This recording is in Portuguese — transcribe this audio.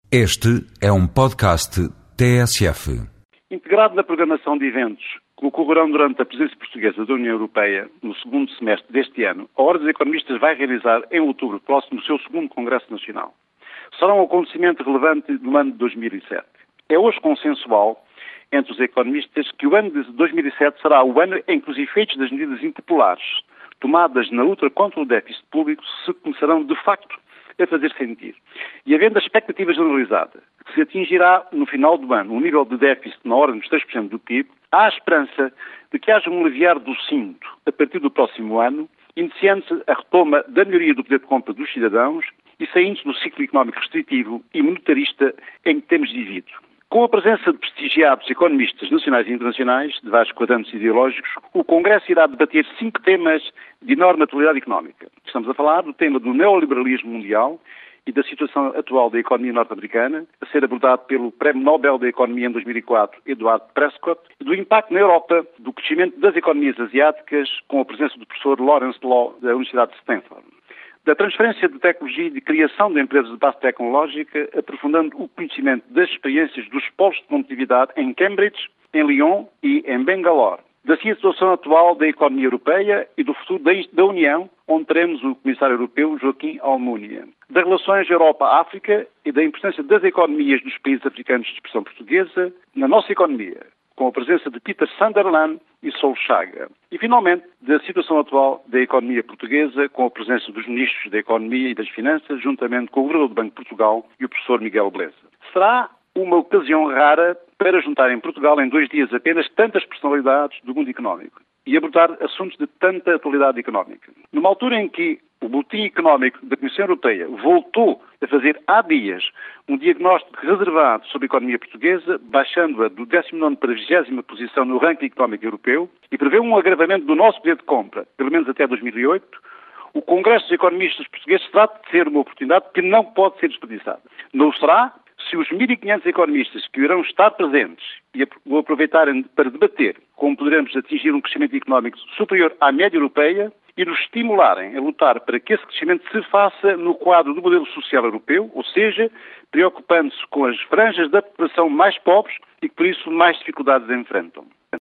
Este é um podcast TSF. Integrado na programação de eventos que ocorrerão durante a presidência portuguesa da União Europeia no segundo semestre deste ano, a Ordem dos Economistas vai realizar em outubro próximo o seu segundo Congresso Nacional. Será um acontecimento relevante no ano de 2007. É hoje consensual entre os economistas que o ano de 2007 será o ano em que os efeitos das medidas impopulares tomadas na luta contra o déficit público se começarão de facto a fazer sentir. E havendo a expectativa generalizada que se atingirá no final do ano um nível de déficit na ordem dos 3% do PIB, há a esperança de que haja um aliviar do cinto a partir do próximo ano, iniciando-se a retoma da melhoria do poder de compra dos cidadãos e saindo-se do ciclo económico restritivo e monetarista em que temos vivido. Com a presença de prestigiados economistas nacionais e internacionais, de vários quadrantes ideológicos, o Congresso irá debater 5 temas de enorme atualidade económica. Estamos a falar do tema do neoliberalismo mundial e da situação atual da economia norte-americana, a ser abordado pelo Prémio Nobel da Economia em 2004, Edward Prescott, e do impacto na Europa do crescimento das economias asiáticas, com a presença do professor Lawrence Law da Universidade de Stanford. Da transferência de tecnologia e de criação de empresas de base tecnológica, aprofundando o conhecimento das experiências dos polos de competitividade em Cambridge, em Lyon e em Bangalore. Da situação atual da economia europeia e do futuro da União, onde teremos o Comissário Europeu Joaquim Almunia. Das relações Europa-África e da importância das economias dos países africanos de expressão portuguesa na nossa economia, com a presença de Peter Sunderland e Sol Chaga. E, finalmente, da situação atual da economia portuguesa, com a presença dos ministros da Economia e das Finanças, juntamente com o Governador do Banco de Portugal e o professor Miguel Beleza. Será uma ocasião rara para juntar em Portugal, em 2 dias apenas, tantas personalidades do mundo económico e abordar assuntos de tanta atualidade económica. Numa altura em que o Boletim Económico da Comissão Europeia voltou a fazer há dias um diagnóstico reservado sobre a economia portuguesa, baixando-a do 19º para a 20ª posição no ranking económico europeu e prevê um agravamento do nosso poder de compra, pelo menos até 2008, o Congresso dos Economistas Portugueses terá de ser uma oportunidade que não pode ser desperdiçada. Não será se os 1.500 economistas que irão estar presentes e o aproveitarem para debater como poderemos atingir um crescimento económico superior à média europeia e nos estimularem a lutar para que esse crescimento se faça no quadro do modelo social europeu, ou seja, preocupando-se com as franjas da população mais pobres e que por isso mais dificuldades enfrentam.